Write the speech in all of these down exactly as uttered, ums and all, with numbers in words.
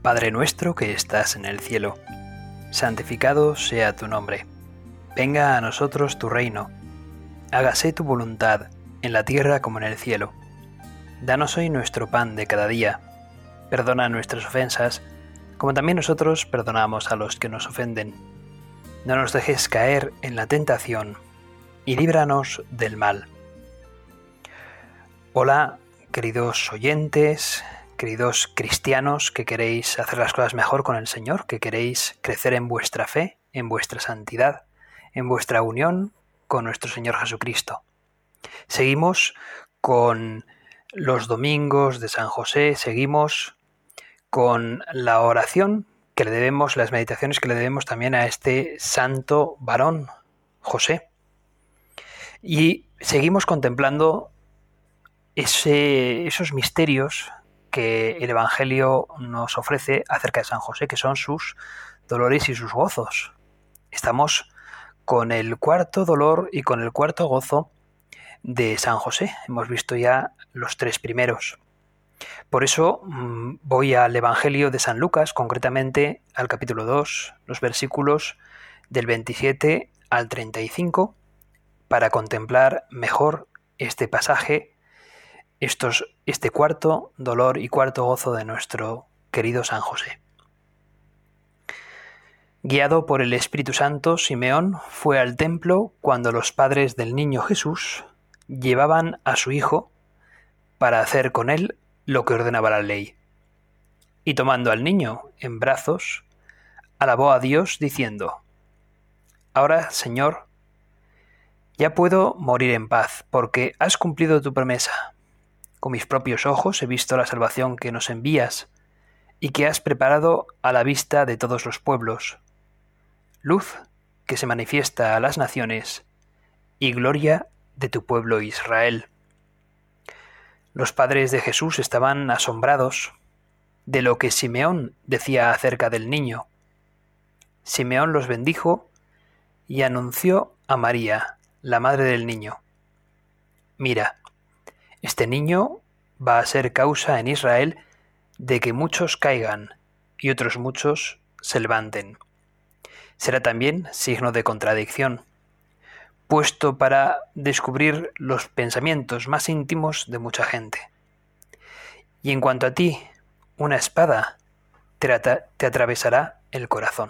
Padre nuestro que estás en el cielo, santificado sea tu nombre. Venga a nosotros tu reino. Hágase tu voluntad, en la tierra como en el cielo. Danos hoy nuestro pan de cada día. Perdona nuestras ofensas, como también nosotros perdonamos a los que nos ofenden. No nos dejes caer en la tentación, y líbranos del mal. Hola, queridos oyentes, queridos cristianos que queréis hacer las cosas mejor con el Señor, que queréis crecer en vuestra fe, en vuestra santidad, en vuestra unión con nuestro Señor Jesucristo. Seguimos con los domingos de San José, seguimos con la oración que le debemos, las meditaciones que le debemos también a este santo varón, José. Y seguimos contemplando ese, esos misterios que el Evangelio nos ofrece acerca de San José, que son sus dolores y sus gozos. Estamos con el cuarto dolor y con el cuarto gozo de San José. Hemos visto ya los tres primeros. Por eso mmm, voy al Evangelio de San Lucas, concretamente al capítulo dos, los versículos del veintisiete al treinta y cinco, para contemplar mejor este pasaje, estos, este cuarto dolor y cuarto gozo de nuestro querido San José. Guiado por el Espíritu Santo, Simeón fue al templo cuando los padres del niño Jesús llevaban a su hijo para hacer con él lo que ordenaba la ley. Y tomando al niño en brazos, alabó a Dios diciendo: Ahora, Señor, ya puedo morir en paz, porque has cumplido tu promesa. Con mis propios ojos he visto la salvación que nos envías y que has preparado a la vista de todos los pueblos, luz que se manifiesta a las naciones y gloria de tu pueblo Israel. Los padres de Jesús estaban asombrados de lo que Simeón decía acerca del niño. Simeón los bendijo y anunció a María, la madre del niño: Mira, este niño va a ser causa en Israel de que muchos caigan y otros muchos se levanten. Será también signo de contradicción, puesto para descubrir los pensamientos más íntimos de mucha gente. Y en cuanto a ti, una espada te, atra- te atravesará el corazón.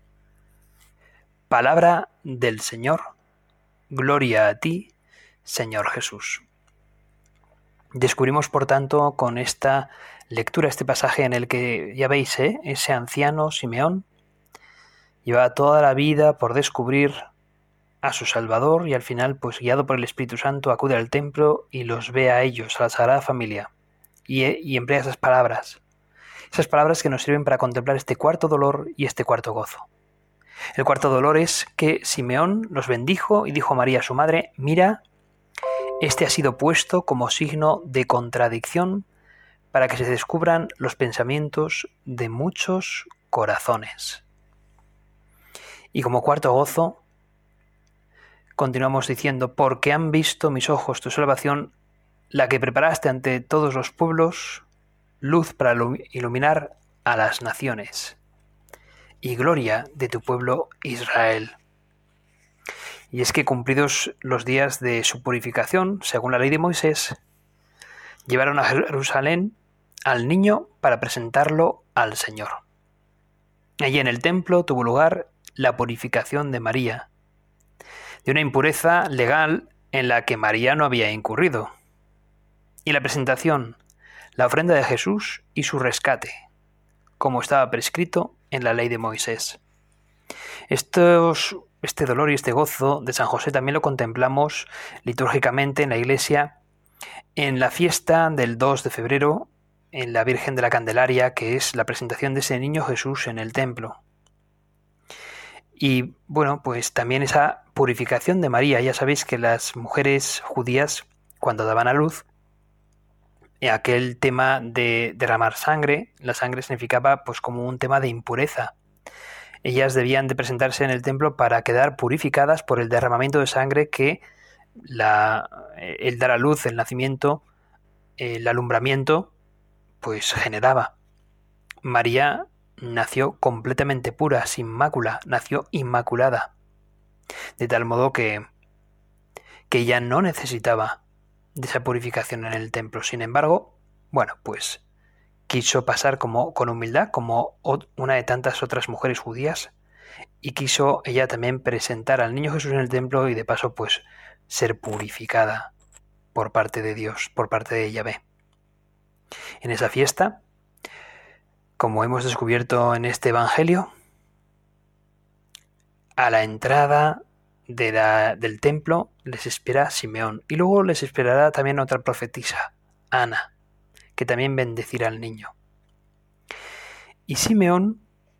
Palabra del Señor. Gloria a ti, Señor Jesús. Descubrimos, por tanto, con esta lectura, este pasaje en el que, ya veis, ¿eh? ese anciano Simeón lleva toda la vida por descubrir a su Salvador y al final, pues guiado por el Espíritu Santo, acude al templo y los ve a ellos, a la Sagrada Familia, y, y emplea esas palabras, esas palabras que nos sirven para contemplar este cuarto dolor y este cuarto gozo. El cuarto dolor es que Simeón los bendijo y dijo a María, su madre: Mira, este ha sido puesto como signo de contradicción para que se descubran los pensamientos de muchos corazones. Y como cuarto gozo, continuamos diciendo: porque han visto mis ojos tu salvación, la que preparaste ante todos los pueblos, luz para iluminar a las naciones, y gloria de tu pueblo Israel. Y es que, cumplidos los días de su purificación, según la ley de Moisés, llevaron a Jerusalén al niño para presentarlo al Señor. Allí en el templo tuvo lugar la purificación de María, de una impureza legal en la que María no había incurrido, y la presentación, la ofrenda de Jesús y su rescate, como estaba prescrito en la ley de Moisés. Estos, este dolor y este gozo de San José también lo contemplamos litúrgicamente en la Iglesia en la fiesta del dos de febrero, en la Virgen de la Candelaria, que es la presentación de ese niño Jesús en el templo. Y bueno, pues también esa purificación de María. Ya sabéis que las mujeres judías, cuando daban a luz, aquel tema de derramar sangre, la sangre significaba pues como un tema de impureza. Ellas debían de presentarse en el templo para quedar purificadas por el derramamiento de sangre que la, el dar a luz, el nacimiento, el alumbramiento, pues generaba. María nació completamente pura, sin mácula, nació inmaculada, de tal modo que, que ella no necesitaba de esa purificación en el templo. Sin embargo, bueno, pues quiso pasar como, con humildad, como una de tantas otras mujeres judías, y quiso ella también presentar al niño Jesús en el templo y de paso pues ser purificada por parte de Dios, por parte de Yahvé. En esa fiesta, como hemos descubierto en este Evangelio, a la entrada de la, del templo les espera Simeón y luego les esperará también otra profetisa, Ana, que también bendecirá al niño. Y Simeón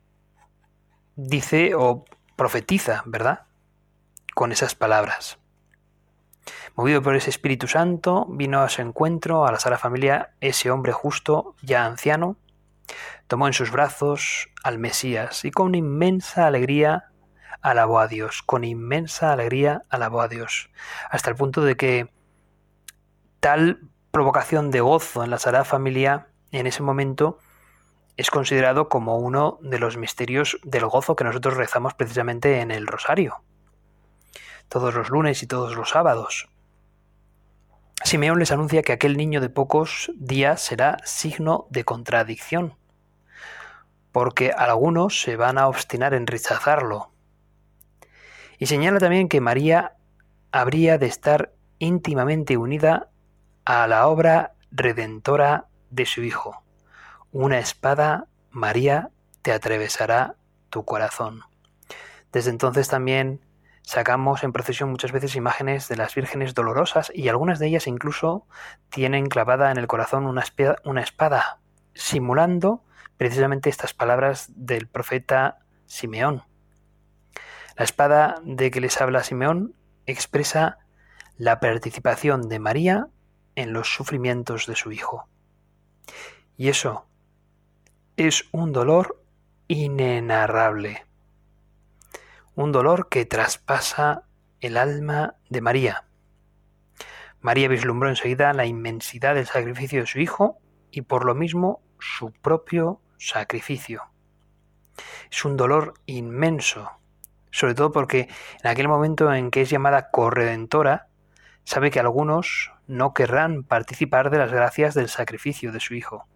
dice o profetiza, ¿verdad?, con esas palabras. Movido por ese Espíritu Santo, vino a su encuentro a la Sagrada Familia ese hombre justo, ya anciano, tomó en sus brazos al Mesías y con inmensa alegría alabó a Dios, con inmensa alegría alabó a Dios, hasta el punto de que tal provocación de gozo en la Sagrada Familia en ese momento es considerado como uno de los misterios del gozo que nosotros rezamos precisamente en el Rosario, todos los lunes y todos los sábados. Simeón les anuncia que aquel niño de pocos días será signo de contradicción, porque algunos se van a obstinar en rechazarlo. Y señala también que María habría de estar íntimamente unida a la obra redentora de su Hijo. Una espada, María, te atravesará tu corazón. Desde entonces también sacamos en procesión muchas veces imágenes de las vírgenes dolorosas y algunas de ellas incluso tienen clavada en el corazón una espada, una espada simulando precisamente estas palabras del profeta Simeón. La espada de que les habla Simeón expresa la participación de María en los sufrimientos de su Hijo. Y eso es un dolor inenarrable. Un dolor que traspasa el alma de María. María vislumbró enseguida la inmensidad del sacrificio de su Hijo y por lo mismo su propio sacrificio. Es un dolor inmenso, sobre todo porque en aquel momento en que es llamada corredentora, sabe que algunos no querrán participar de las gracias del sacrificio de su Hijo.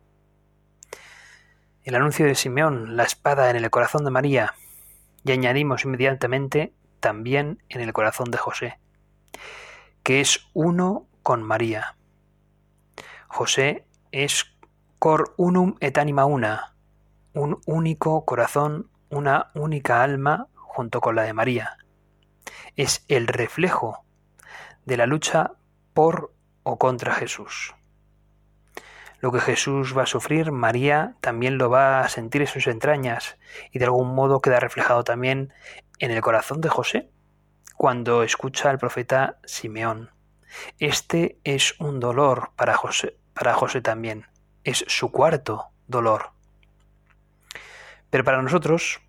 El anuncio de Simeón, la espada en el corazón de María, y añadimos inmediatamente también en el corazón de José, que es uno con María. José es cor unum et anima una, un único corazón, una única alma junto con la de María. Es el reflejo de la lucha por o contra Jesús. Lo que Jesús va a sufrir, María también lo va a sentir en sus entrañas y de algún modo queda reflejado también en el corazón de José cuando escucha al profeta Simeón. Este es un dolor para José, para José también. Es su cuarto dolor. Pero para nosotros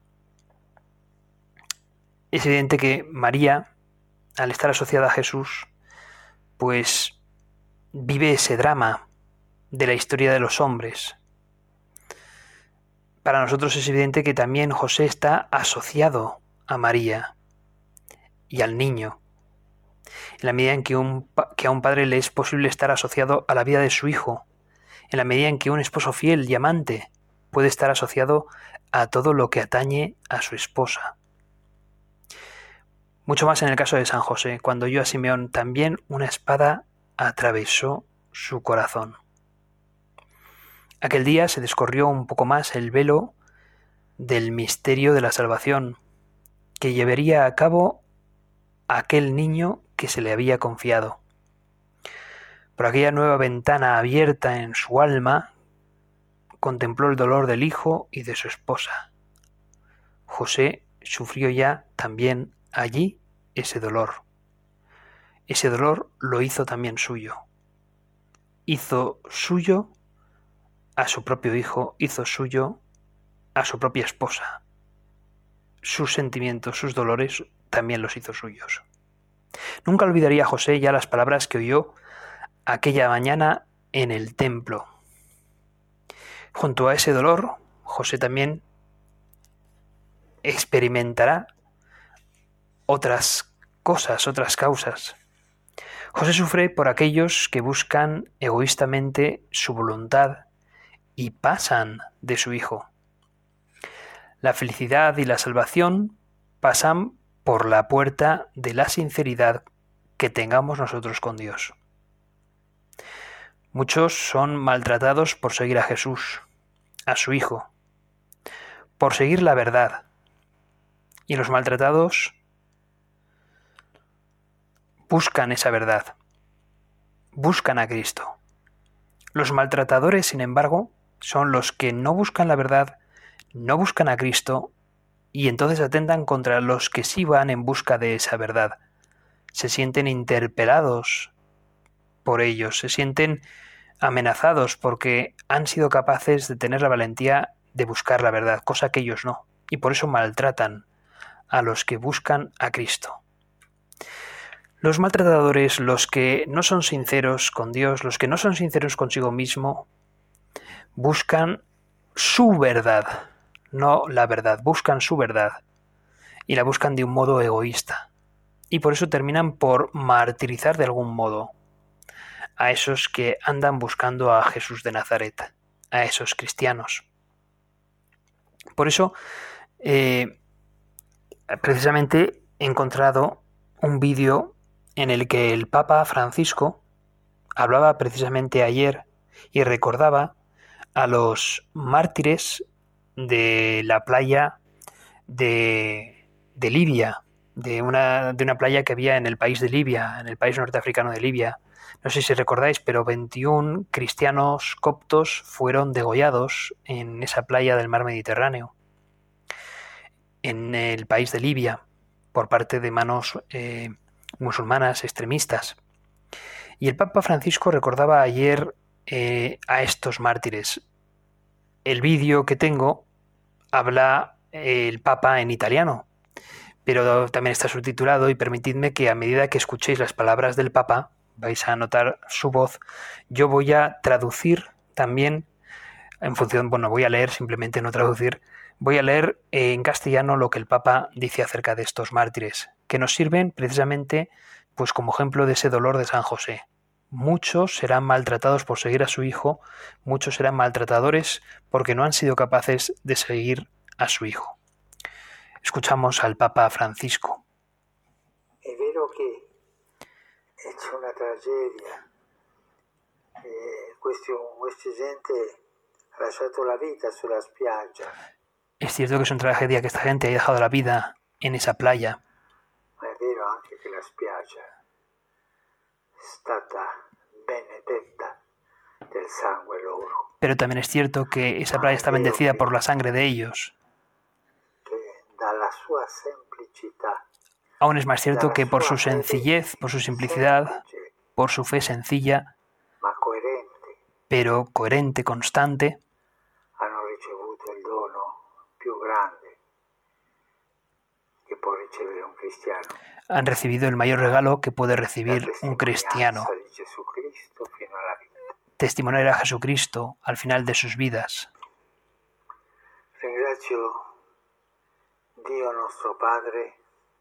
es evidente que María, al estar asociada a Jesús, pues vive ese drama de la historia de los hombres. Para nosotros es evidente que también José está asociado a María y al niño, en la medida en que, un, que a un padre le es posible estar asociado a la vida de su hijo, en la medida en que un esposo fiel y amante puede estar asociado a todo lo que atañe a su esposa. Mucho más en el caso de San José, cuando oyó a Simeón, también una espada atravesó su corazón. Aquel día se descorrió un poco más el velo del misterio de la salvación que llevaría a cabo aquel niño que se le había confiado. Por aquella nueva ventana abierta en su alma, contempló el dolor del hijo y de su esposa. José sufrió ya también allí ese dolor. Ese dolor lo hizo también suyo. Hizo suyo a su propio hijo, hizo suyo a su propia esposa. Sus sentimientos, sus dolores, también los hizo suyos. Nunca olvidaría José ya las palabras que oyó aquella mañana en el templo. Junto a ese dolor, José también experimentará otras cosas, otras causas. José sufre por aquellos que buscan egoístamente su voluntad y pasan de su hijo. La felicidad y la salvación pasan por la puerta de la sinceridad que tengamos nosotros con Dios. Muchos son maltratados por seguir a Jesús, a su Hijo, por seguir la verdad. Y los maltratados buscan esa verdad, buscan a Cristo. Los maltratadores, sin embargo, son los que no buscan la verdad, no buscan a Cristo y entonces atentan contra los que sí van en busca de esa verdad. Se sienten interpelados por ellos, se sienten amenazados porque han sido capaces de tener la valentía de buscar la verdad, cosa que ellos no, y por eso maltratan a los que buscan a Cristo. Los maltratadores, los que no son sinceros con Dios, los que no son sinceros consigo mismo, buscan su verdad, no la verdad, buscan su verdad y la buscan de un modo egoísta. Y por eso terminan por martirizar de algún modo a esos que andan buscando a Jesús de Nazaret, a esos cristianos. Por eso, eh, precisamente he encontrado un vídeo en el que el Papa Francisco hablaba precisamente ayer y recordaba a los mártires de la playa de, de Libia, de una, de una playa que había en el país de Libia, en el país norteafricano de Libia. No sé si recordáis, pero veintiún cristianos coptos fueron degollados en esa playa del mar Mediterráneo, en el país de Libia, por parte de manos eh, musulmanas extremistas. Y el Papa Francisco recordaba ayer eh, a estos mártires. El vídeo que tengo habla eh, el Papa en italiano, pero también está subtitulado y permitidme que a medida que escuchéis las palabras del Papa, vais a notar su voz, yo voy a traducir también, en función, bueno, voy a leer, simplemente no traducir, voy a leer en castellano lo que el Papa dice acerca de estos mártires, que nos sirven precisamente pues como ejemplo de ese dolor de San José. Muchos serán maltratados por seguir a su hijo, muchos serán maltratadores porque no han sido capaces de seguir a su hijo. Escuchamos al Papa Francisco. È vero che c'è una tragedia, eh, questo, questa gente ha lasciato la vita sulla spiaggia. Es cierto que es una tragedia que esta gente haya dejado la vida en esa playa. Ma è vero anche che la spiaggia è stata benedetta del sangue loro. Pero también es cierto que esa playa está bendecida por la sangre de ellos. Che dalla sua semplicità, Aún es más cierto que por su sencillez, por su simplicidad, por su fe sencilla, ma coerente, pero coherente, constante, hanno ricevuto il dono più grande che può ricevere un cristiano. han recibido el mayor regalo que puede recibir un cristiano: Di Jesucristo fino alla vita. testimoniar a Jesucristo al final de sus vidas. Ringrazio Dio nostro Padre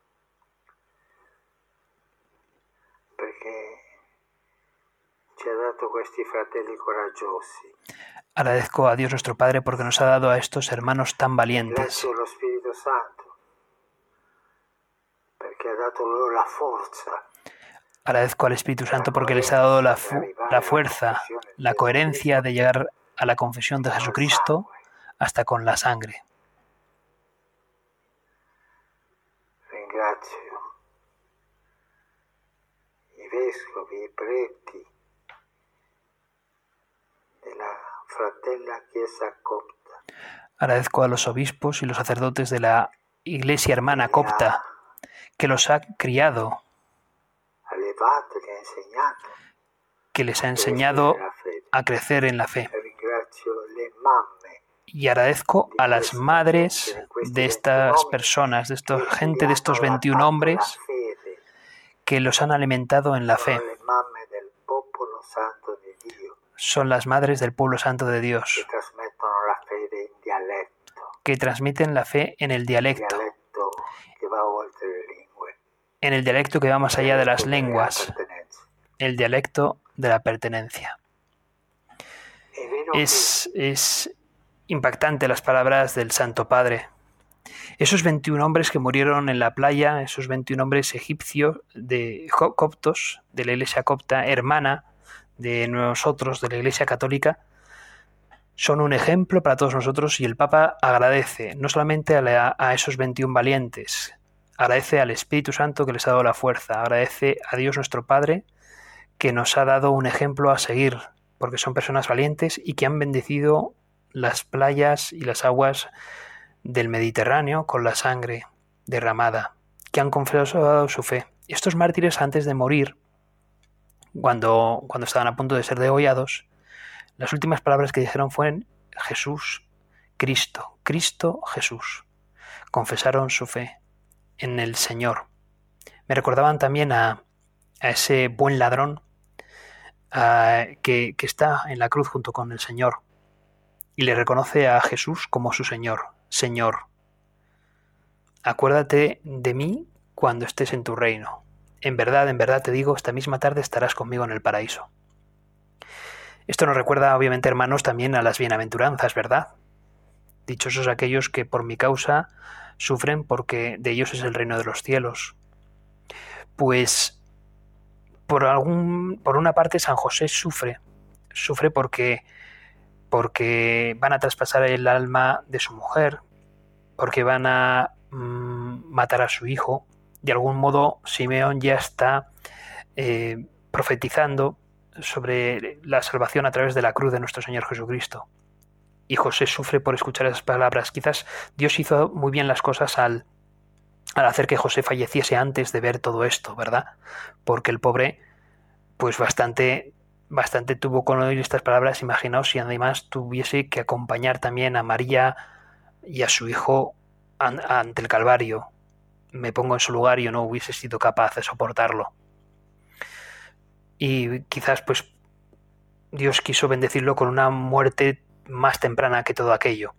perché ci ha dato questi fratelli coraggiosi. Agradezco a Dios nuestro Padre porque nos ha dado a estos hermanos tan valientes. Grazie allo Spirito Santo perché ha dato loro la forza. Agradezco al Espíritu Santo porque les ha dado la, fu- la fuerza, la coherencia de llegar a la confesión de Jesucristo hasta con la sangre. Ringrazio i vescovi, i preti della Fratella Chiesa Copta. Agradezco a los obispos y los sacerdotes de la Iglesia Hermana Copta que los ha criado, Allevato, che ha insegnato. que les ha enseñado a crecer en la fe. Ringrazio le mamme Y agradezco a las madres de estas personas, de esta gente, de estos veintiún hombres que los han alimentado en la fe. le mamme del popolo santo di Dio Son las madres del pueblo santo de Dios, che trasmettono que transmiten la fe en el dialecto. dialetto che va oltre le lingue. En el dialecto que va más allá de las Dialetto della lenguas, appartenenza. el dialecto de la pertenencia. È vero Es, es impactante las palabras del Santo Padre. Esos veintiún hombres que murieron en la playa, esos veintiún hombres egipcios de co- coptos, de la Iglesia copta, hermana de nosotros, de la Iglesia católica, son un ejemplo para todos nosotros, y el Papa agradece no solamente a, la, a esos veintiún valientes, agradece al Espíritu Santo que les ha dado la fuerza, agradece a Dios nuestro Padre que nos ha dado un ejemplo a seguir, porque son personas valientes y que han bendecido las playas y las aguas del Mediterráneo con la sangre derramada, que han confesado su fe. Estos mártires, antes de morir, cuando, cuando estaban a punto de ser degollados, las últimas palabras que dijeron fueron Jesús, Cristo, Cristo, Jesús. Confesaron su fe en el Señor. Me recordaban también a, a ese buen ladrón a, que, que está en la cruz junto con el Señor y le reconoce a Jesús como su Señor. Señor, acuérdate de mí cuando estés en tu reino. En verdad, en verdad te digo, esta misma tarde estarás conmigo en el paraíso. Esto nos recuerda, obviamente, hermanos, también a las bienaventuranzas, ¿verdad? Dichosos aquellos que por mi causa sufren, porque de ellos es el reino de los cielos. Pues, por algún, por una parte, San José sufre, sufre porque, porque van a traspasar el alma de su mujer, porque van a mmm, matar a su hijo. De algún modo, Simeón ya está eh, profetizando sobre la salvación a través de la cruz de nuestro Señor Jesucristo. Y José sufre por escuchar esas palabras. Quizás Dios hizo muy bien las cosas al, al hacer que José falleciese antes de ver todo esto, ¿verdad? Porque el pobre, pues bastante, bastante tuvo con oír estas palabras. Imaginaos si además tuviese que acompañar también a María y a su hijo an, ante el Calvario. Me pongo en su lugar y yo no hubiese sido capaz de soportarlo. Y quizás pues Dios quiso bendecirlo con una muerte más temprana que todo aquello.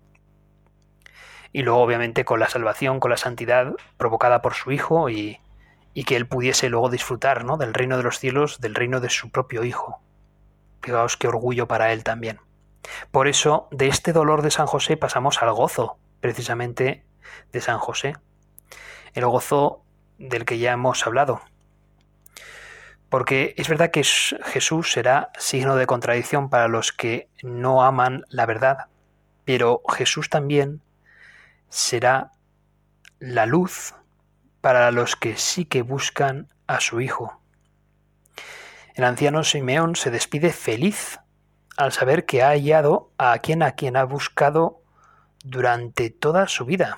Y luego obviamente con la salvación, con la santidad provocada por su Hijo y, y que él pudiese luego disfrutar, ¿no?, del reino de los cielos, del reino de su propio Hijo. Fijaos qué orgullo para él también. Por eso de este dolor de San José pasamos al gozo, precisamente de San José. El gozo del que ya hemos hablado. Porque es verdad que Jesús será signo de contradicción para los que no aman la verdad, pero Jesús también será la luz para los que sí que buscan a su Hijo. El anciano Simeón se despide feliz al saber que ha hallado a quien a quien ha buscado durante toda su vida.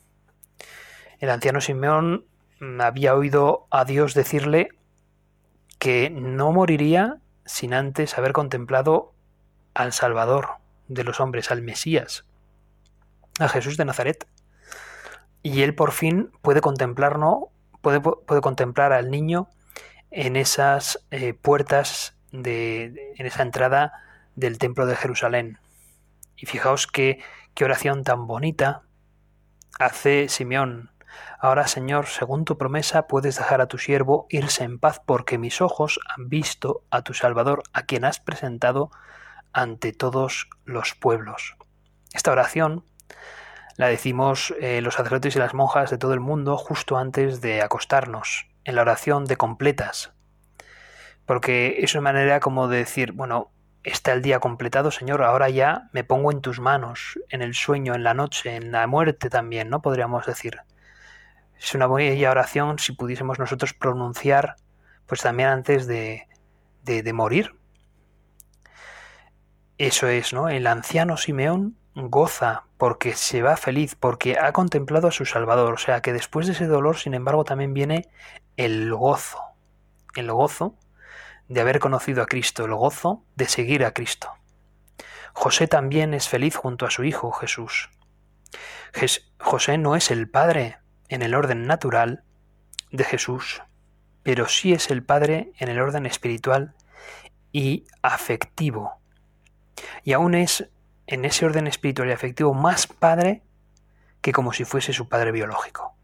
El anciano Simeón había oído a Dios decirle que no moriría sin antes haber contemplado al Salvador de los hombres, al Mesías, a Jesús de Nazaret. Y él por fin puede contemplarlo, puede, puede contemplar al niño en esas eh, puertas, de, en esa entrada del templo de Jerusalén. Y fijaos qué, qué oración tan bonita hace Simeón. Ahora, Señor, según tu promesa, puedes dejar a tu siervo irse en paz, porque mis ojos han visto a tu Salvador, a quien has presentado ante todos los pueblos. Esta oración la decimos eh, los sacerdotes y las monjas de todo el mundo justo antes de acostarnos, en la oración de completas, porque es una manera como de decir, bueno, está el día completado, Señor, ahora ya me pongo en tus manos, en el sueño, en la noche, en la muerte también, ¿no? Podríamos decir. Es una buena oración si pudiésemos nosotros pronunciar pues también antes de, de, de morir. Eso es, ¿no? El anciano Simeón goza porque se va feliz, porque ha contemplado a su Salvador. O sea que después de ese dolor, sin embargo, también viene el gozo. El gozo de haber conocido a Cristo, el gozo de seguir a Cristo. José también es feliz junto a su Hijo Jesús. Jes- José no es el padre en el orden natural de Jesús, pero sí es el Padre en el orden espiritual y afectivo. Y aún es en ese orden espiritual y afectivo más Padre que como si fuese su padre biológico.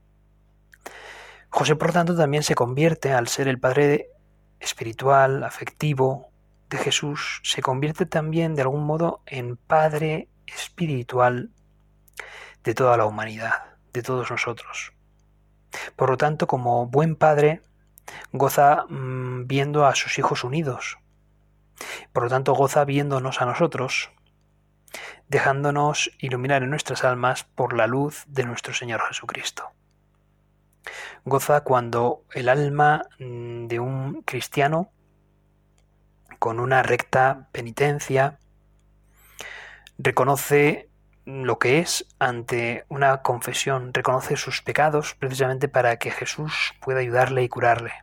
José, por tanto, también se convierte, al ser el padre espiritual, afectivo de Jesús, se convierte también de algún modo en padre espiritual de toda la humanidad, de todos nosotros. Por lo tanto, como buen padre, goza mmm, viendo a sus hijos unidos. Por lo tanto, goza viéndonos a nosotros, dejándonos iluminar en nuestras almas por la luz de nuestro Señor Jesucristo. Goza cuando el alma de un cristiano, con una recta penitencia, reconoce lo que es ante una confesión, reconoce sus pecados precisamente para que Jesús pueda ayudarle y curarle.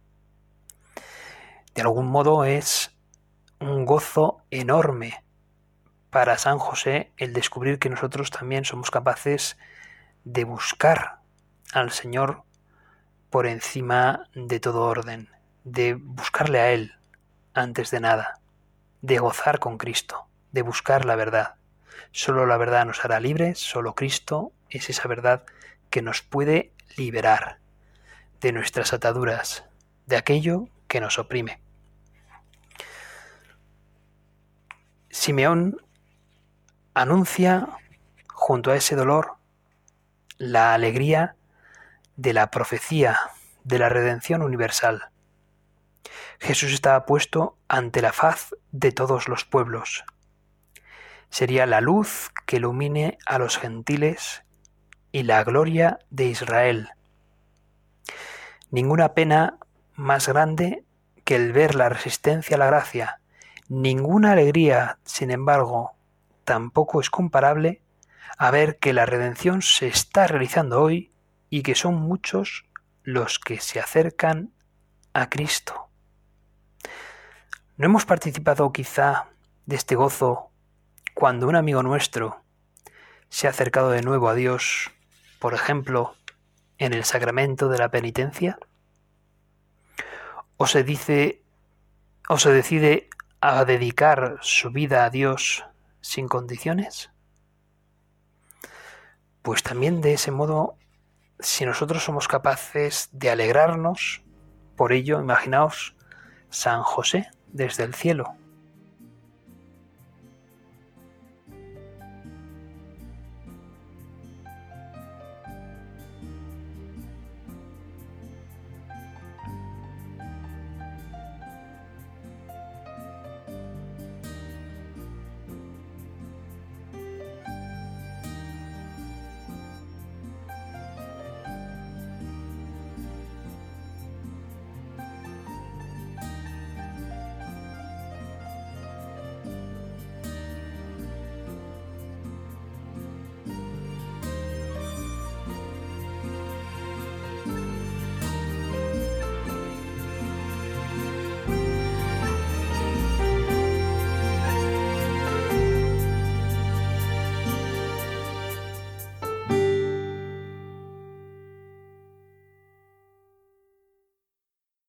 De algún modo es un gozo enorme para San José el descubrir que nosotros también somos capaces de buscar al Señor por encima de todo orden, de buscarle a Él antes de nada, de gozar con Cristo, de buscar la verdad. Solo la verdad nos hará libres, solo Cristo es esa verdad que nos puede liberar de nuestras ataduras, de aquello que nos oprime. Simeón anuncia junto a ese dolor la alegría de la profecía de la redención universal. Jesús estaba puesto ante la faz de todos los pueblos. Sería la luz que ilumine a los gentiles y la gloria de Israel. Ninguna pena más grande que el ver la resistencia a la gracia. Ninguna alegría, sin embargo, tampoco es comparable a ver que la redención se está realizando hoy y que son muchos los que se acercan a Cristo. ¿No hemos participado quizá de este gozo cuando un amigo nuestro se ha acercado de nuevo a Dios, por ejemplo, en el sacramento de la penitencia? ¿O se dice, o se decide a dedicar su vida a Dios sin condiciones? Pues también de ese modo, si nosotros somos capaces de alegrarnos por ello, imaginaos San José desde el cielo,